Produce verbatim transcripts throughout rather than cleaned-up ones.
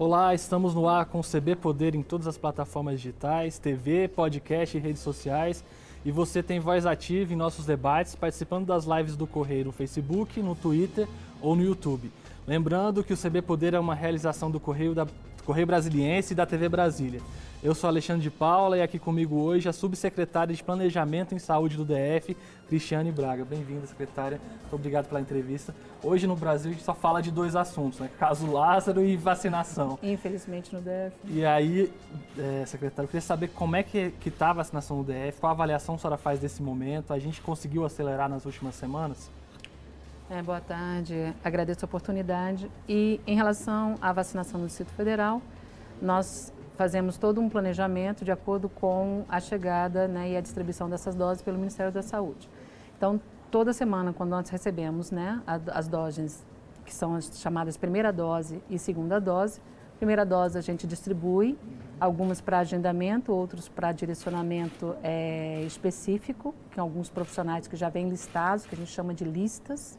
Olá, estamos no ar com o C B Poder em todas as plataformas digitais, T V, podcast e redes sociais. E você tem voz ativa em nossos debates, participando das lives do Correio no Facebook, no Twitter ou no YouTube. Lembrando que o C B Poder é uma realização do Correio, da, Correio Brasiliense e da T V Brasília. Eu sou Alexandre de Paula e aqui comigo hoje a subsecretária de Planejamento em Saúde do D F, Cristiane Braga. Bem-vinda, secretária. Muito obrigado pela entrevista. Hoje no Brasil a gente só fala de dois assuntos, né? Caso Lázaro e vacinação. Infelizmente no D F. E aí, é, secretária, eu queria saber como é que está a vacinação no D F, qual a avaliação a senhora faz desse momento, a gente conseguiu acelerar nas últimas semanas? É, boa tarde, agradeço a oportunidade. E em relação à vacinação no Distrito Federal, nós fazemos todo um planejamento de acordo com a chegada, né, e a distribuição dessas doses pelo Ministério da Saúde. Então, toda semana, quando nós recebemos, né, as doses, que são as chamadas primeira dose e segunda dose, primeira dose a gente distribui, algumas para agendamento, outros para direcionamento é, específico, que alguns profissionais que já vêm listados, que a gente chama de listas.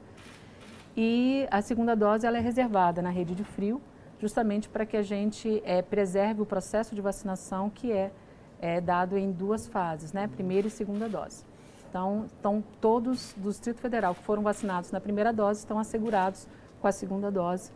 E a segunda dose ela é reservada na rede de frio, justamente para que a gente é, preserve o processo de vacinação que é, é dado em duas fases, né? Primeira e segunda dose. Então, então, todos do Distrito Federal que foram vacinados na primeira dose estão assegurados com a segunda dose.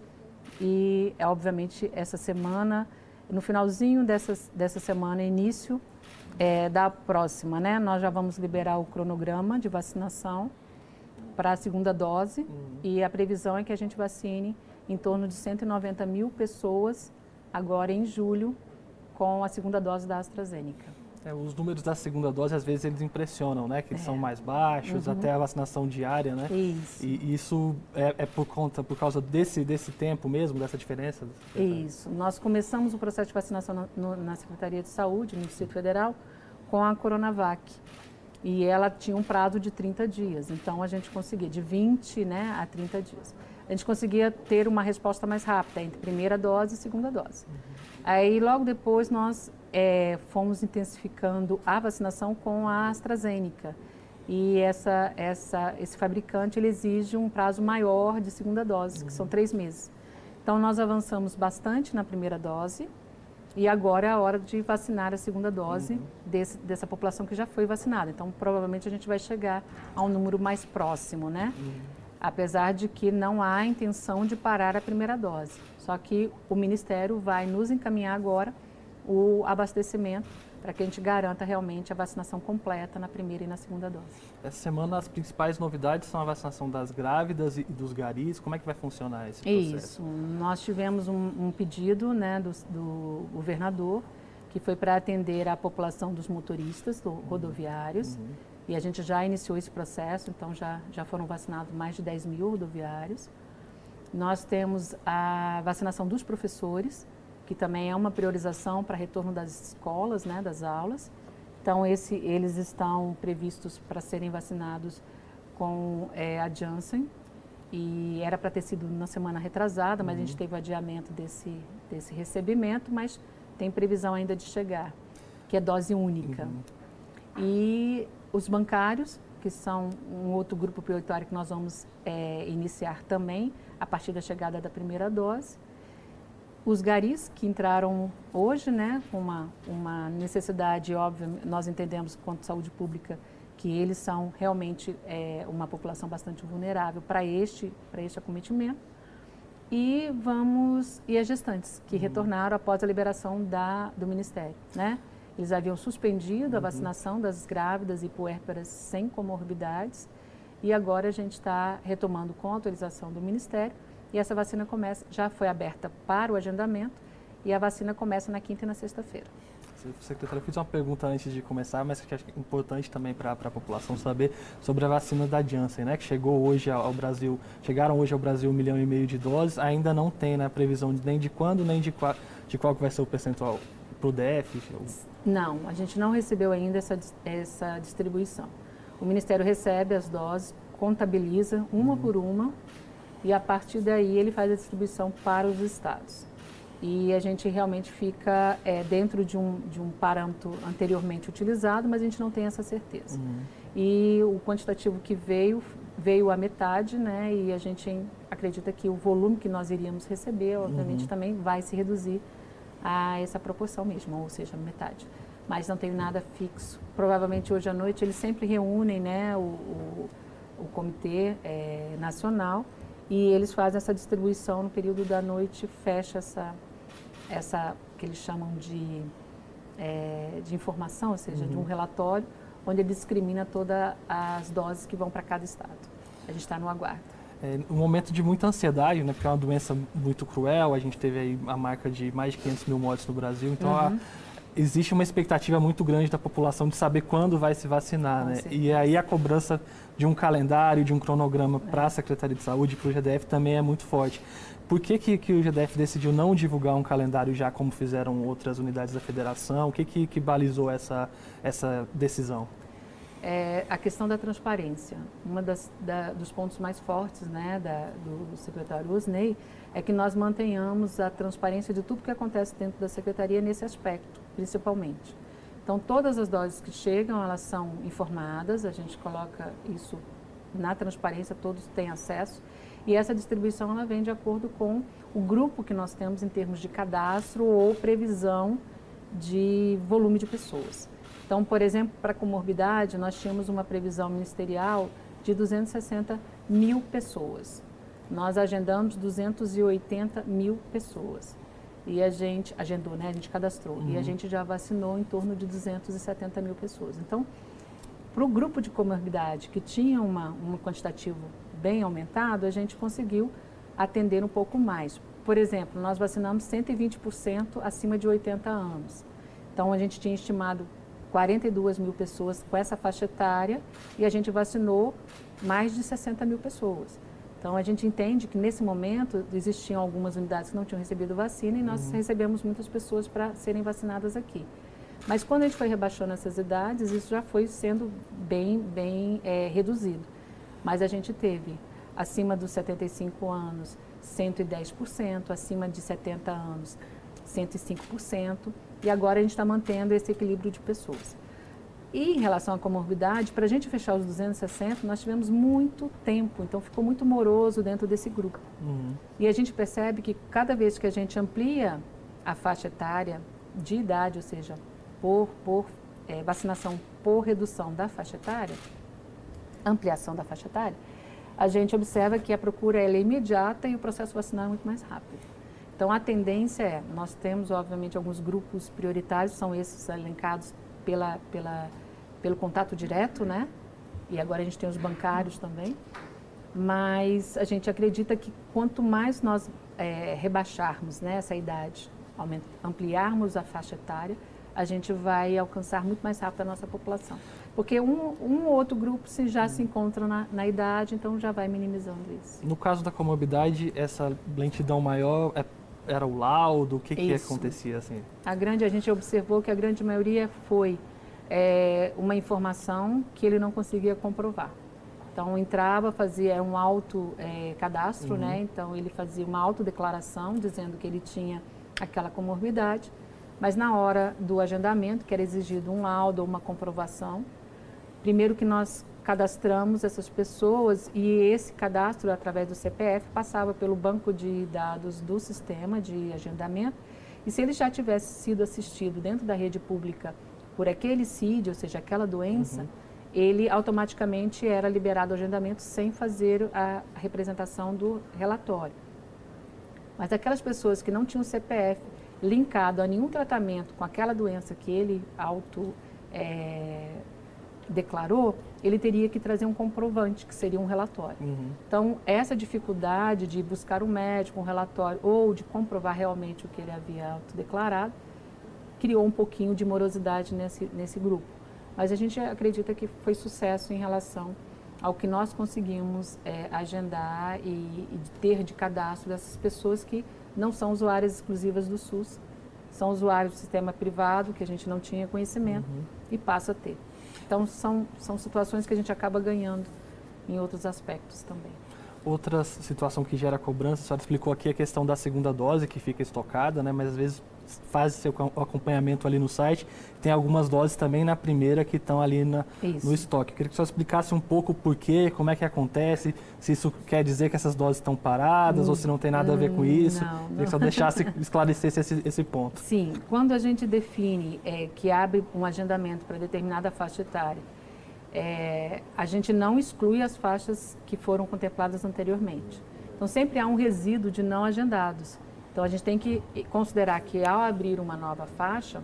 E, é, obviamente, essa semana, no finalzinho dessa, dessa semana, início é, da próxima, né? Nós já vamos liberar o cronograma de vacinação para a segunda dose, uhum. E a previsão é que a gente vacine em torno de cento e noventa mil pessoas agora em julho com a segunda dose da AstraZeneca. É, os números da segunda dose às vezes eles impressionam, né? Que eles é. são mais baixos, uhum. até a vacinação diária, né? Isso. E isso é, é por conta, por causa desse, desse tempo mesmo, dessa diferença? Isso. Nós começamos o processo de vacinação na, no, na Secretaria de Saúde, no Distrito Federal, com a Coronavac. E ela tinha um prazo de trinta dias, então a gente conseguia, de vinte, né, a trinta dias. A gente conseguia ter uma resposta mais rápida entre primeira dose e segunda dose. Uhum. Aí, logo depois, nós é, fomos intensificando a vacinação com a AstraZeneca. E essa, essa, esse fabricante ele exige um prazo maior de segunda dose, uhum. que são três meses. Então, nós avançamos bastante na primeira dose. E agora é a hora de vacinar a segunda dose uhum. desse, dessa população que já foi vacinada. Então, provavelmente a gente vai chegar a um número mais próximo, né? Uhum. Apesar de que não há intenção de parar a primeira dose. Só que o Ministério vai nos encaminhar agora o abastecimento para que a gente garanta realmente a vacinação completa na primeira e na segunda dose. Essa semana as principais novidades são a vacinação das grávidas e dos garis. Como é que vai funcionar esse processo? Isso. Nós tivemos um, um pedido, né, do, do governador, que foi para atender a população dos motoristas do, uhum. rodoviários. Uhum. E a gente já iniciou esse processo, então já, já foram vacinados mais de dez mil rodoviários. Nós temos a vacinação dos professores, que também é uma priorização para retorno das escolas, né, das aulas. Então, esse, eles estão previstos para serem vacinados com é, a Janssen. E era para ter sido na semana retrasada, mas uhum. a gente teve o adiamento desse, desse recebimento, mas tem previsão ainda de chegar, que é dose única. Uhum. E os bancários, que são um outro grupo prioritário que nós vamos é, iniciar também, a partir da chegada da primeira dose. Os garis, que entraram hoje, né, com uma, uma necessidade óbvia, nós entendemos, quanto saúde pública, que eles são realmente é, uma população bastante vulnerável para este, para este acometimento. E vamos, e as gestantes, que uhum. retornaram após a liberação da, do Ministério, né? Eles haviam suspendido uhum. a vacinação das grávidas e puérperas sem comorbidades e agora a gente está retomando com a autorização do Ministério e essa vacina começa, já foi aberta para o agendamento e a vacina começa na quinta e na sexta-feira. Secretária, eu fiz uma pergunta antes de começar, mas que acho que é importante também para a população saber sobre a vacina da Janssen, né? Que chegou hoje ao Brasil, chegaram hoje ao Brasil um milhão e meio de doses, ainda não tem, né, previsão de, nem de quando, nem de qual, de qual que vai ser o percentual para o D F? Não, a gente não recebeu ainda essa, essa distribuição. O Ministério recebe as doses, contabiliza uma uhum. por uma e a partir daí ele faz a distribuição para os estados. E a gente realmente fica é, dentro de um, de um parâmetro anteriormente utilizado, mas a gente não tem essa certeza. Uhum. E o quantitativo que veio veio a metade, né? E a gente acredita que o volume que nós iríamos receber, obviamente, uhum. também vai se reduzir a essa proporção mesmo, ou seja, metade. Mas não tem nada fixo. Provavelmente hoje à noite eles sempre reúnem, né, o, o, o comitê é, nacional e eles fazem essa distribuição no período da noite, fecha essa, essa que eles chamam de, é, de informação, ou seja, uhum. de um relatório, onde ele discrimina todas as doses que vão para cada estado. A gente está no aguardo. É um momento de muita ansiedade, né? Porque é uma doença muito cruel, a gente teve aí a marca de mais de quinhentos mil mortes no Brasil, então uhum. a, existe uma expectativa muito grande da população de saber quando vai se vacinar, né? E aí a cobrança de um calendário, de um cronograma é. para a Secretaria de Saúde, para o G D F também é muito forte. Por que, que, que o G D F decidiu não divulgar um calendário já como fizeram outras unidades da federação? O que, que, que balizou essa, essa decisão? É a questão da transparência. Um dos pontos mais fortes, né, da, do secretário Osney é que nós mantenhamos a transparência de tudo que acontece dentro da secretaria nesse aspecto, principalmente. Então, todas as doses que chegam, elas são informadas, a gente coloca isso na transparência, todos têm acesso, e essa distribuição ela vem de acordo com o grupo que nós temos em termos de cadastro ou previsão de volume de pessoas. Então, por exemplo, para comorbidade, nós tínhamos uma previsão ministerial de duzentas e sessenta mil pessoas. Nós agendamos duzentas e oitenta mil pessoas. E a gente agendou, né? A gente cadastrou. Uhum. E a gente já vacinou em torno de duzentas e setenta mil pessoas. Então, para o grupo de comorbidade, que tinha uma, um quantitativo bem aumentado, a gente conseguiu atender um pouco mais. Por exemplo, nós vacinamos cento e vinte por cento acima de oitenta anos. Então, a gente tinha estimado quarenta e duas mil pessoas com essa faixa etária e a gente vacinou mais de sessenta mil pessoas. Então, a gente entende que, nesse momento, existiam algumas unidades que não tinham recebido vacina e nós uhum. recebemos muitas pessoas para serem vacinadas aqui. Mas, quando a gente foi rebaixando essas idades, isso já foi sendo bem, bem é, reduzido. Mas a gente teve, acima dos setenta e cinco anos, cento e dez por cento, acima de setenta anos, cento e cinco por cento, e agora a gente está mantendo esse equilíbrio de pessoas. E em relação à comorbidade, para a gente fechar os duzentos e sessenta, nós tivemos muito tempo, então ficou muito moroso dentro desse grupo. Uhum. E a gente percebe que cada vez que a gente amplia a faixa etária de idade, ou seja, por, por é, vacinação por redução da faixa etária, ampliação da faixa etária, a gente observa que a procura ela é imediata e o processo vacinal é muito mais rápido. Então, a tendência é, nós temos, obviamente, alguns grupos prioritários, são esses elencados pela, pela, pelo contato direto, né? E agora a gente tem os bancários também. Mas a gente acredita que quanto mais nós é, rebaixarmos, né, essa idade, aument, ampliarmos a faixa etária, a gente vai alcançar muito mais rápido a nossa população. Porque um, um ou outro grupo se já hum. se encontra na, na idade, então já vai minimizando isso. No caso da comorbidade, essa lentidão maior é era o laudo? O que, que acontecia assim? A grande, a gente observou que a grande maioria foi é, uma informação que ele não conseguia comprovar. Então, entrava, fazia um auto é, cadastro, uhum. né? Então, ele fazia uma autodeclaração dizendo que ele tinha aquela comorbidade, mas na hora do agendamento, que era exigido um laudo ou uma comprovação, primeiro que nós cadastramos essas pessoas e esse cadastro, através do C P F, passava pelo banco de dados do sistema de agendamento e se ele já tivesse sido assistido dentro da rede pública por aquele C I D, ou seja, aquela doença, uhum. ele automaticamente era liberado ao agendamento sem fazer a representação do relatório. Mas aquelas pessoas que não tinham C P F linkado a nenhum tratamento com aquela doença que ele auto é, declarou, ele teria que trazer um comprovante, que seria um relatório. Uhum. Então, essa dificuldade de buscar um médico, um relatório, ou de comprovar realmente o que ele havia autodeclarado, criou um pouquinho de morosidade nesse, nesse grupo. Mas a gente acredita que foi sucesso em relação ao que nós conseguimos é, agendar e, e ter de cadastro dessas pessoas que não são usuárias exclusivas do SUS, são usuários do sistema privado, que a gente não tinha conhecimento, uhum. e passa a ter. Então, são, são situações que a gente acaba ganhando em outros aspectos também. outra situação que gera cobrança, a senhora explicou aqui a questão da segunda dose que fica estocada, né? Mas às vezes faz seu acompanhamento ali no site, tem algumas doses também na primeira que estão ali na, no estoque. Eu queria que a senhora explicasse um pouco o porquê, como é que acontece, se isso quer dizer que essas doses estão paradas hum, ou se não tem nada a ver com isso. Não, não. Queria que a senhora deixasse, esclarecesse esse, esse ponto. Sim, quando a gente define é, que abre um agendamento para determinada faixa etária, é, a gente não exclui as faixas que foram contempladas anteriormente. Então sempre há um resíduo de não agendados. Então, a gente tem que considerar que, ao abrir uma nova faixa,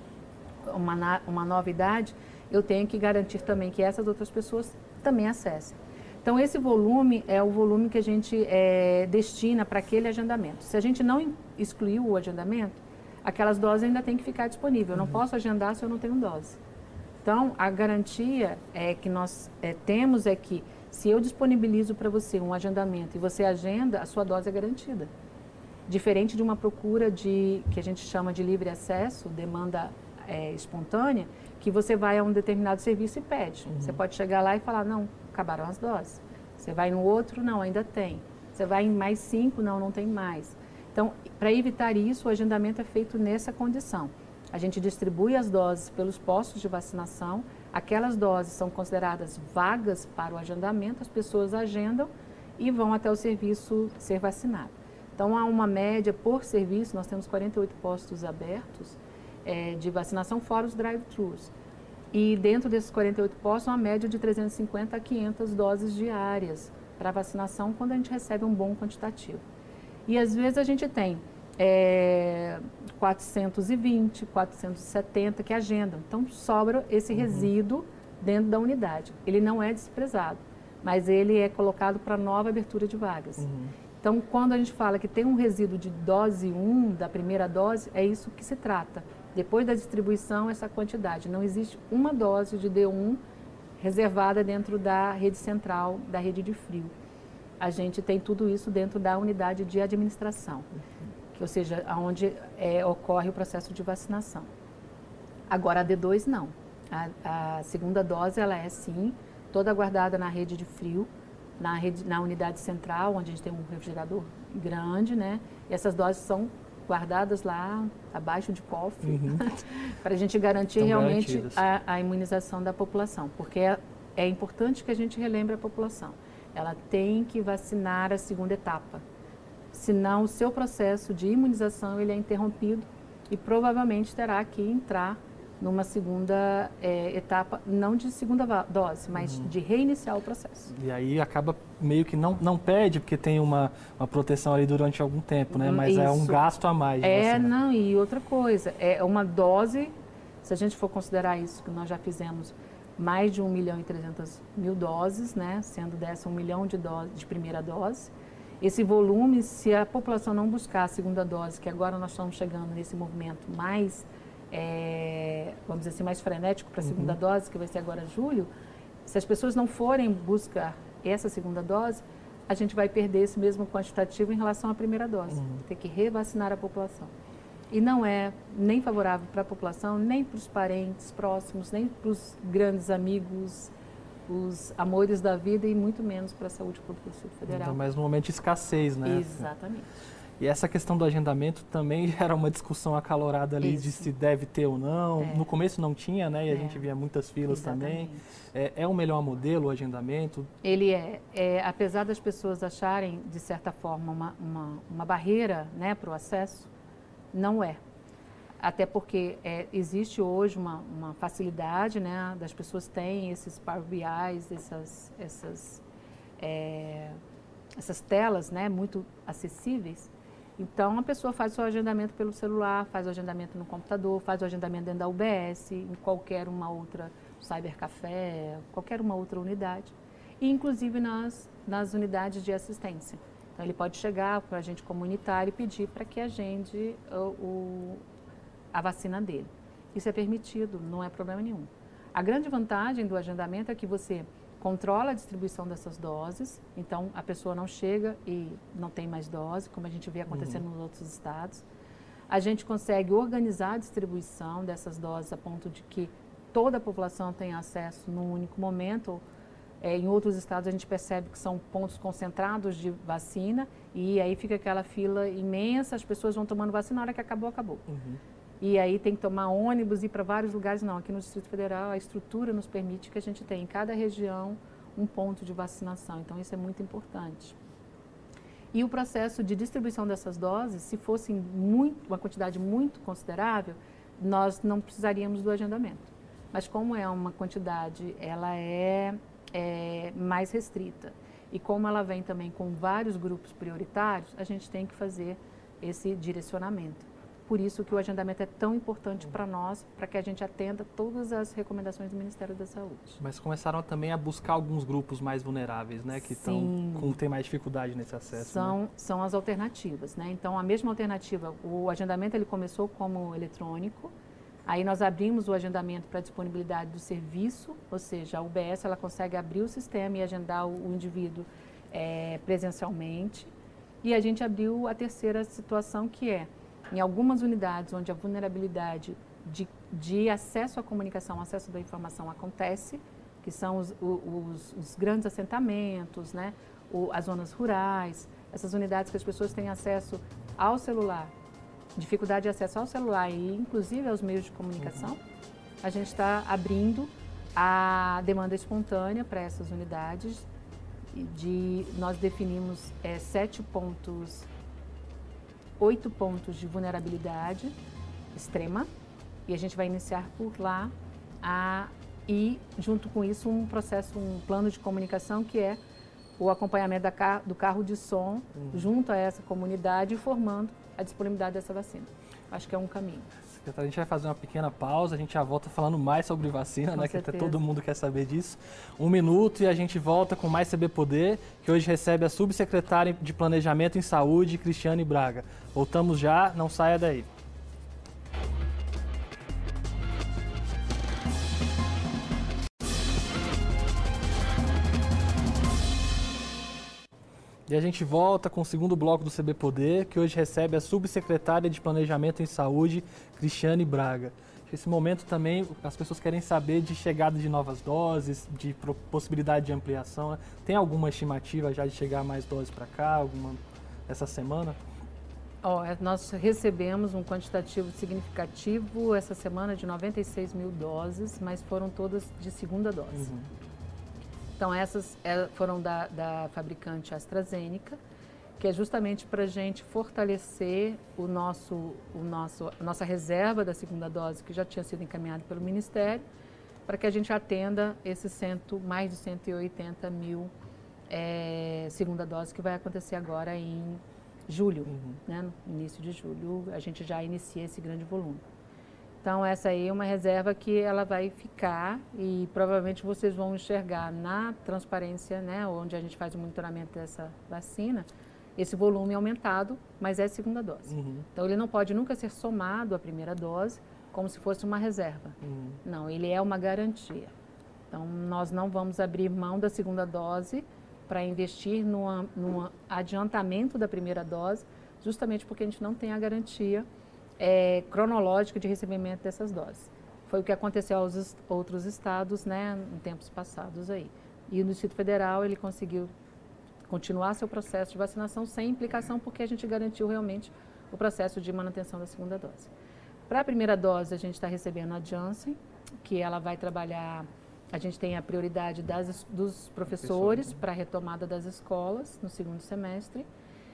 uma, uma nova idade, eu tenho que garantir também que essas outras pessoas também acessem. Então, esse volume é o volume que a gente é, destina para aquele agendamento. Se a gente não excluiu o agendamento, aquelas doses ainda têm que ficar disponíveis. Eu não posso agendar se eu não tenho dose. Então, a garantia é que nós é, temos é que, se eu disponibilizo para você um agendamento e você agenda, a sua dose é garantida. Diferente de uma procura de, que a gente chama de livre acesso, demanda é, espontânea, que você vai a um determinado serviço e pede. Uhum. Você pode chegar lá e falar, não, acabaram as doses. Você vai no outro, não, ainda tem. Você vai em mais cinco, não, não tem mais. Então, para evitar isso, o agendamento é feito nessa condição. A gente distribui as doses pelos postos de vacinação, aquelas doses são consideradas vagas para o agendamento, as pessoas agendam e vão até o serviço ser vacinado. Então, há uma média por serviço, nós temos quarenta e oito postos abertos é, de vacinação, fora os drive-thrus. E dentro desses quarenta e oito postos, uma média de trezentas e cinquenta a quinhentas doses diárias para vacinação, quando a gente recebe um bom quantitativo. E às vezes a gente tem é, quatrocentos e vinte, quatrocentos e setenta que agendam. Então, sobra esse uhum. resíduo dentro da unidade. Ele não é desprezado, mas ele é colocado para nova abertura de vagas. Uhum. Então, quando a gente fala que tem um resíduo de dose um, da primeira dose, é isso que se trata. Depois da distribuição, essa quantidade. Não existe uma dose de D um reservada dentro da rede central, da rede de frio. A gente tem tudo isso dentro da unidade de administração, que, ou seja, onde é, ocorre o processo de vacinação. Agora, a D dois não. A, a segunda dose, ela é sim, toda guardada na rede de frio, Na, rede, na unidade central, onde a gente tem um refrigerador grande, né? E essas doses são guardadas lá, abaixo de cofre, uhum. para a gente garantir Estão realmente a, a imunização da população. Porque é, é importante que a gente relembre a população. Ela tem que vacinar a segunda etapa. Senão, o seu processo de imunização ele é interrompido e provavelmente terá que entrar numa segunda é, etapa, não de segunda dose, mas uhum. de reiniciar o processo. E aí acaba meio que não, não perde, porque tem uma, uma proteção ali durante algum tempo, né? Mas Isso. é um gasto a mais. É, vacina. não, e outra coisa, é uma dose, se a gente for considerar isso, que nós já fizemos mais de um milhão e trezentas mil doses, né? Sendo dessa um milhão de doses de primeira dose. Esse volume, se a população não buscar a segunda dose, que agora nós estamos chegando nesse movimento mais É, vamos dizer assim, mais frenético para a segunda uhum. dose, que vai ser agora julho, se as pessoas não forem buscar essa segunda dose, a gente vai perder esse mesmo quantitativo em relação à primeira dose. Uhum. Tem que revacinar a população. E não é nem favorável para a população, nem para os parentes próximos, nem para os grandes amigos, os amores da vida e muito menos para a saúde pública do Distrito Federal. Então, mas no momento de escassez, né? Exatamente. E essa questão do agendamento também era uma discussão acalorada ali Isso. de se deve ter ou não. É. No começo não tinha, né? E é. a gente via muitas filas Exatamente. também. É, é o melhor modelo o agendamento? Ele é, é. Apesar das pessoas acharem, de certa forma, uma, uma, uma barreira, né, para o acesso, não é. Até porque é, existe hoje uma, uma facilidade, né? Das pessoas têm esses Power B Is, essas, essas, é, essas telas, né, muito acessíveis. Então, a pessoa faz o seu agendamento pelo celular, faz o agendamento no computador, faz o agendamento dentro da U B S, em qualquer uma outra cybercafé, qualquer uma outra unidade. E, inclusive, nas, nas unidades de assistência. Então, ele pode chegar para a agente comunitário e pedir para que agende o, o, a vacina dele. Isso é permitido, não é problema nenhum. A grande vantagem do agendamento é que você controla a distribuição dessas doses, então a pessoa não chega e não tem mais dose, como a gente vê acontecendo uhum. nos outros estados. A gente consegue organizar a distribuição dessas doses a ponto de que toda a população tenha acesso num único momento, É, em outros estados a gente percebe que são pontos concentrados de vacina e aí fica aquela fila imensa, as pessoas vão tomando vacina, na hora que acabou, acabou. Uhum. E aí tem que tomar ônibus, ir para vários lugares. Não, aqui no Distrito Federal a estrutura nos permite que a gente tenha em cada região um ponto de vacinação, então isso é muito importante. E o processo de distribuição dessas doses, se fosse muito, uma quantidade muito considerável, nós não precisaríamos do agendamento. Mas como é uma quantidade, ela é, é mais restrita. E como ela vem também com vários grupos prioritários, a gente tem que fazer esse direcionamento. Por isso que o agendamento é tão importante para nós, para que a gente atenda todas as recomendações do Ministério da Saúde. Mas começaram também a buscar alguns grupos mais vulneráveis, né? Que Sim. tão, com, tem mais dificuldade nesse acesso. São, né? são as alternativas, né? Então, a mesma alternativa, o agendamento ele começou como eletrônico, aí nós abrimos o agendamento para disponibilidade do serviço, ou seja, a U B S ela consegue abrir o sistema e agendar o, o indivíduo é, presencialmente. E a gente abriu a terceira situação, que é em algumas unidades onde a vulnerabilidade de, de acesso à comunicação, acesso da informação acontece, que são os, os, os grandes assentamentos, né? o, as zonas rurais, essas unidades que as pessoas têm acesso ao celular, dificuldade de acesso ao celular e inclusive aos meios de comunicação, uhum. a gente está abrindo a demanda espontânea para essas unidades. De, nós definimos é, sete pontos, oito pontos de vulnerabilidade extrema e a gente vai iniciar por lá a, e junto com isso um processo, um plano de comunicação que é o acompanhamento da car do carro de som uhum. junto a essa comunidade, informando a disponibilidade dessa vacina. Acho que é um caminho. A gente vai fazer uma pequena pausa, a gente já volta falando mais sobre vacina, com né? certeza. Que até todo mundo quer saber disso. Um minuto e a gente volta com mais C B Poder, que hoje recebe a subsecretária de Planejamento em Saúde, Cristiane Braga. Voltamos já, não saia daí. E a gente volta com o segundo bloco do C B Poder, que hoje recebe a subsecretária de Planejamento em Saúde, Cristiane Braga. Nesse momento também as pessoas querem saber de chegada de novas doses, de possibilidade de ampliação. Né? Tem alguma estimativa já de chegar mais doses para cá, alguma essa semana? Oh, nós recebemos um quantitativo significativo essa semana de noventa e seis mil doses, mas foram todas de segunda dose. Uhum. Então, essas foram da, da fabricante AstraZeneca, que é justamente para a gente fortalecer o nosso, o nosso, a nossa reserva da segunda dose, que já tinha sido encaminhada pelo Ministério, para que a gente atenda esses cento, mais de cento e oitenta mil é, segunda dose, que vai acontecer agora em julho, uhum. né, no início de julho, a gente já inicia esse grande volume. Então, essa aí é uma reserva que ela vai ficar e provavelmente vocês vão enxergar na transparência, né, onde a gente faz o monitoramento dessa vacina, esse volume aumentado, mas é segunda dose. Uhum. Então, ele não pode nunca ser somado à primeira dose como se fosse uma reserva. Uhum. Não, ele é uma garantia. Então, nós não vamos abrir mão da segunda dose para investir no, no adiantamento da primeira dose, justamente porque a gente não tem a garantia É, cronológica de recebimento dessas doses. Foi o que aconteceu aos est outros estados, né, em tempos passados aí. E no Distrito Federal ele conseguiu continuar seu processo de vacinação sem implicação, porque a gente garantiu realmente o processo de manutenção da segunda dose. Para a primeira dose, a gente está recebendo a Janssen, que ela vai trabalhar, a gente tem a prioridade das, dos professores para a retomada das escolas no segundo semestre,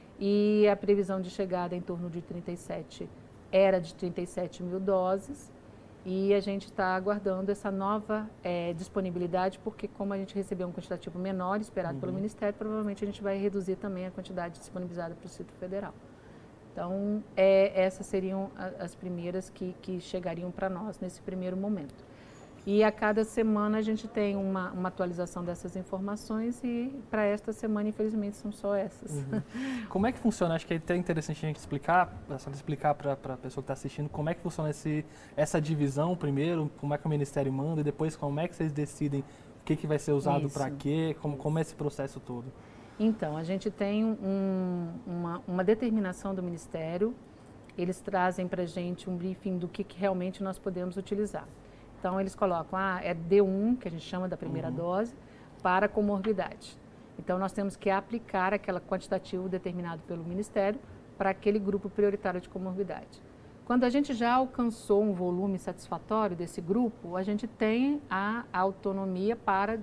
e a previsão de chegada em torno de trinta e sete era de trinta e sete mil doses e a gente está aguardando essa nova é, disponibilidade, porque como a gente recebeu um quantitativo menor esperado uhum. pelo Ministério, provavelmente a gente vai reduzir também a quantidade disponibilizada para o Distrito Federal. Então, é, essas seriam a, as primeiras que, que chegariam para nós nesse primeiro momento. E a cada semana a gente tem uma, uma atualização dessas informações e para esta semana, infelizmente, são só essas. Uhum. Como é que funciona? Acho que é até interessante a gente explicar, explicar para a pessoa que está assistindo, como é que funciona esse, essa divisão primeiro, como é que o Ministério manda e depois como é que vocês decidem o que, que vai ser usado para quê, como, como é esse processo todo? Então, a gente tem um, uma, uma determinação do Ministério, eles trazem para a gente um briefing do que, que realmente nós podemos utilizar. Então, eles colocam, ah, é D um, que a gente chama da primeira uhum. dose, para comorbidade. Então, nós temos que aplicar aquele quantitativo determinado pelo Ministério para aquele grupo prioritário de comorbidade. Quando a gente já alcançou um volume satisfatório desse grupo, a gente tem a autonomia para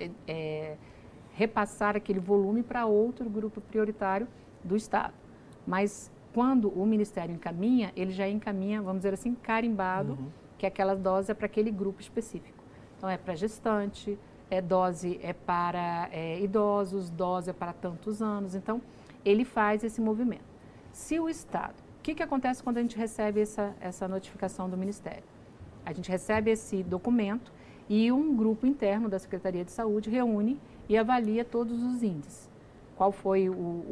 é, repassar aquele volume para outro grupo prioritário do Estado. Mas quando o Ministério encaminha, ele já encaminha, vamos dizer assim, carimbado, uhum. que aquela dose é para aquele grupo específico. Então, é para gestante, é dose é para é, idosos, dose é para tantos anos. Então, ele faz esse movimento. Se o Estado, o que, que acontece quando a gente recebe essa, essa notificação do Ministério? A gente recebe esse documento e um grupo interno da Secretaria de Saúde reúne e avalia todos os índices. Qual foi o,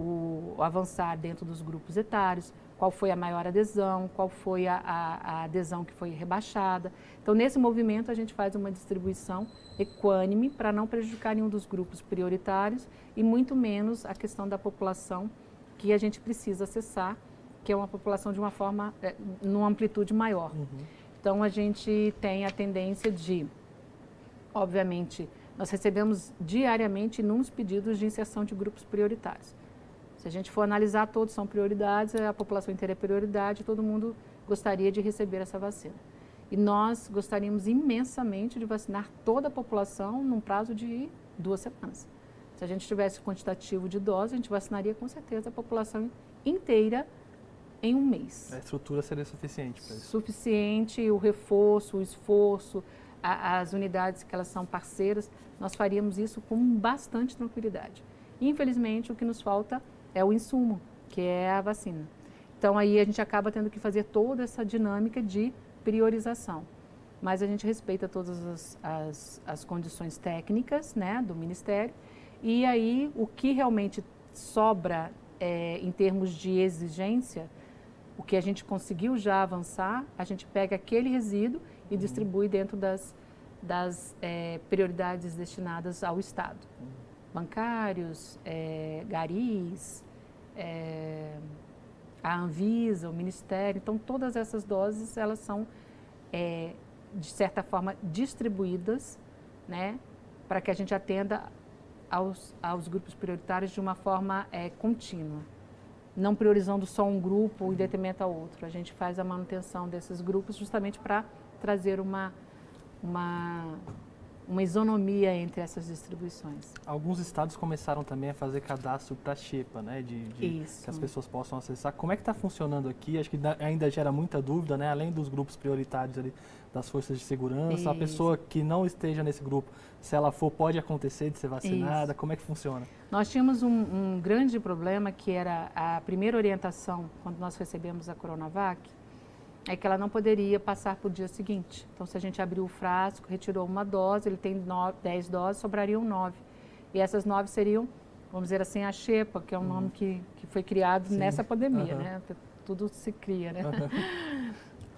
o, o avançar dentro dos grupos etários, qual foi a maior adesão, qual foi a, a, a adesão que foi rebaixada. Então, nesse movimento, a gente faz uma distribuição equânime para não prejudicar nenhum dos grupos prioritários e muito menos a questão da população que a gente precisa acessar, que é uma população de uma forma, é, numa amplitude maior. Uhum. Então, a gente tem a tendência de, obviamente, nós recebemos diariamente inúmeros pedidos de inserção de grupos prioritários. Se a gente for analisar, todos são prioridades, a população inteira é prioridade, todo mundo gostaria de receber essa vacina. E nós gostaríamos imensamente de vacinar toda a população num prazo de duas semanas. Se a gente tivesse quantitativo de doses, a gente vacinaria com certeza a população inteira em um mês. A estrutura seria suficiente para isso? Suficiente, o reforço, o esforço, a, as unidades que elas são parceiras, nós faríamos isso com bastante tranquilidade. Infelizmente, o que nos falta é o insumo, que é a vacina. Então, aí a gente acaba tendo que fazer toda essa dinâmica de priorização. Mas a gente respeita todas as, as, as condições técnicas, né, do Ministério. E aí, o que realmente sobra é, em termos de exigência, o que a gente conseguiu já avançar, a gente pega aquele resíduo e uhum. distribui dentro das, das é, prioridades destinadas ao Estado. Uhum. Bancários, é, garis, é, a Anvisa, o Ministério. Então, todas essas doses, elas são, é, de certa forma, distribuídas, né, para que a gente atenda aos, aos grupos prioritários de uma forma é, contínua. Não priorizando só um grupo em detrimento ao outro. A gente faz a manutenção desses grupos justamente para trazer uma, uma, uma isonomia entre essas distribuições. Alguns estados começaram também a fazer cadastro para xepa, né? De, de que as pessoas possam acessar. Como é que está funcionando aqui? Acho que ainda gera muita dúvida, né? Além dos grupos prioritários ali, das forças de segurança, Isso. a pessoa que não esteja nesse grupo, se ela for, pode acontecer de ser vacinada? Isso. Como é que funciona? Nós tínhamos um, um grande problema, que era a primeira orientação, quando nós recebemos a Coronavac, é que ela não poderia passar para o dia seguinte. Então, se a gente abriu o frasco, retirou uma dose, ele tem nove, dez doses, sobrariam nove. E essas nove seriam, vamos dizer assim, a xepa, que é um uhum. nome que, que foi criado Sim. nessa pandemia, uhum. né? Tudo se cria, né? Uhum.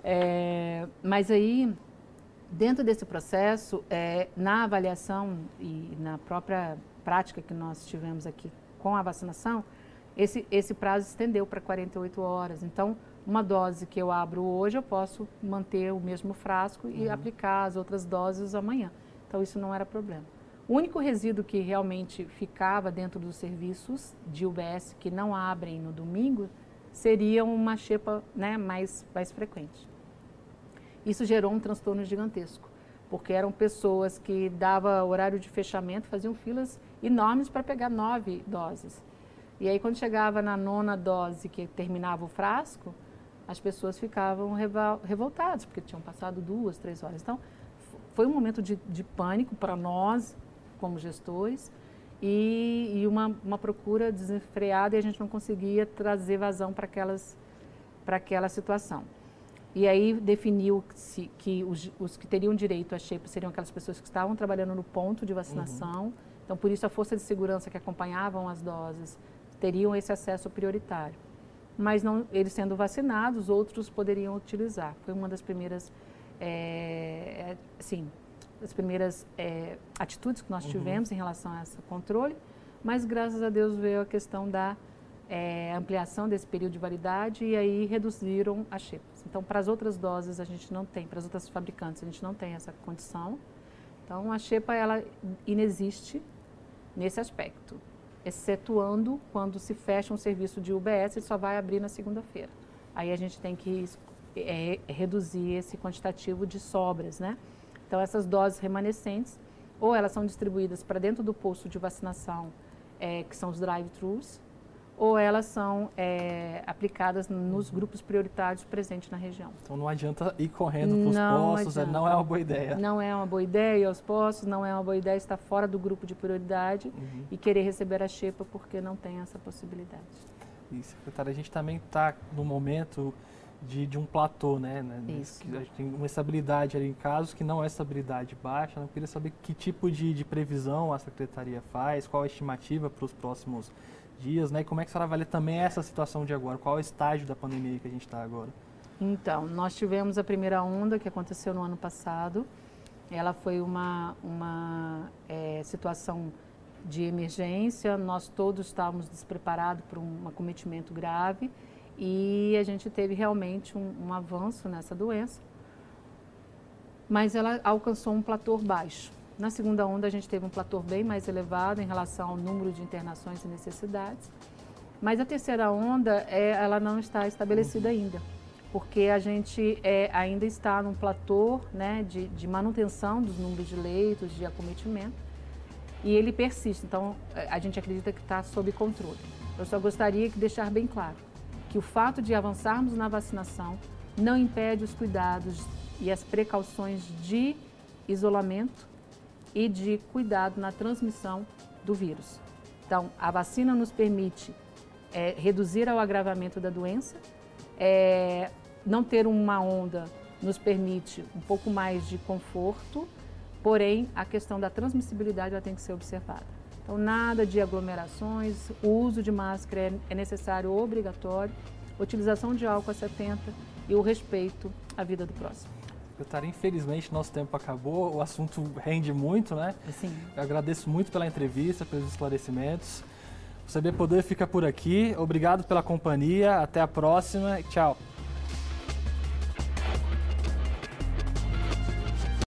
É, mas aí, dentro desse processo, é, na avaliação e na própria prática que nós tivemos aqui com a vacinação, esse, esse prazo estendeu para quarenta e oito horas. Então, uma dose que eu abro hoje, eu posso manter o mesmo frasco e uhum. aplicar as outras doses amanhã. Então, isso não era problema. O único resíduo que realmente ficava dentro dos serviços de U B S que não abrem no domingo seria uma xepa, né, mais, mais frequente. Isso gerou um transtorno gigantesco, porque eram pessoas que davam horário de fechamento, faziam filas enormes para pegar nove doses. E aí, quando chegava na nona dose, que terminava o frasco, as pessoas ficavam revoltadas, porque tinham passado duas, três horas. Então, foi um momento de, de pânico para nós, como gestores, e, e uma, uma procura desenfreada, e a gente não conseguia trazer vazão para aquelas, para aquela situação. E aí definiu-se que os, os que teriam direito à xepa seriam aquelas pessoas que estavam trabalhando no ponto de vacinação. Uhum. Então, por isso, a força de segurança que acompanhavam as doses teriam esse acesso prioritário. Mas não, eles sendo vacinados, outros poderiam utilizar. Foi uma das primeiras, é, assim, das primeiras é, atitudes que nós uhum. tivemos em relação a esse controle. Mas, graças a Deus, veio a questão da é, ampliação desse período de validade e aí reduziram as xepas. Então, para as outras doses, a gente não tem, para as outras fabricantes, a gente não tem essa condição. Então, a xepa, ela inexiste, nesse aspecto, excetuando quando se fecha um serviço de U B S e só vai abrir na segunda-feira. Aí a gente tem que é, reduzir esse quantitativo de sobras, né? Então, essas doses remanescentes, ou elas são distribuídas para dentro do posto de vacinação, é, que são os drive-thrus, ou elas são é, aplicadas nos grupos prioritários presentes na região. Então não adianta ir correndo para os postos, adianta. Não é uma boa ideia. Não é uma boa ideia ir aos postos, não é uma boa ideia estar fora do grupo de prioridade uhum. e querer receber a xepa porque não tem essa possibilidade. E, secretária, a gente também está no momento de, de um platô, né? Isso. Que a gente tem uma estabilidade ali em casos que não é estabilidade baixa. Eu queria saber que tipo de, de previsão a secretaria faz, qual a estimativa para os próximos dias, né? E como é que a senhora avalia também essa situação de agora? Qual é o estágio da pandemia que a gente está agora? Então, nós tivemos a primeira onda que aconteceu no ano passado. Ela foi uma, uma é, situação de emergência, nós todos estávamos despreparados para um acometimento grave e a gente teve realmente um, um avanço nessa doença, mas ela alcançou um platô baixo. Na segunda onda, a gente teve um platô bem mais elevado em relação ao número de internações e necessidades. Mas a terceira onda, é, ela não está estabelecida ainda, porque a gente é, ainda está num platô, né, de, de manutenção dos números de leitos, de acometimento, e ele persiste. Então, a gente acredita que está sob controle. Eu só gostaria de deixar bem claro que o fato de avançarmos na vacinação não impede os cuidados e as precauções de isolamento e de cuidado na transmissão do vírus. Então, a vacina nos permite é, reduzir o agravamento da doença, é, não ter uma onda nos permite um pouco mais de conforto, porém, a questão da transmissibilidade ela tem que ser observada. Então, nada de aglomerações, o uso de máscara é, é necessário, obrigatório, utilização de álcool a setenta e o respeito à vida do próximo. Secretária, infelizmente nosso tempo acabou, o assunto rende muito, né? Sim. Eu agradeço muito pela entrevista, pelos esclarecimentos. O C B Poder fica por aqui. Obrigado pela companhia, até a próxima. Tchau.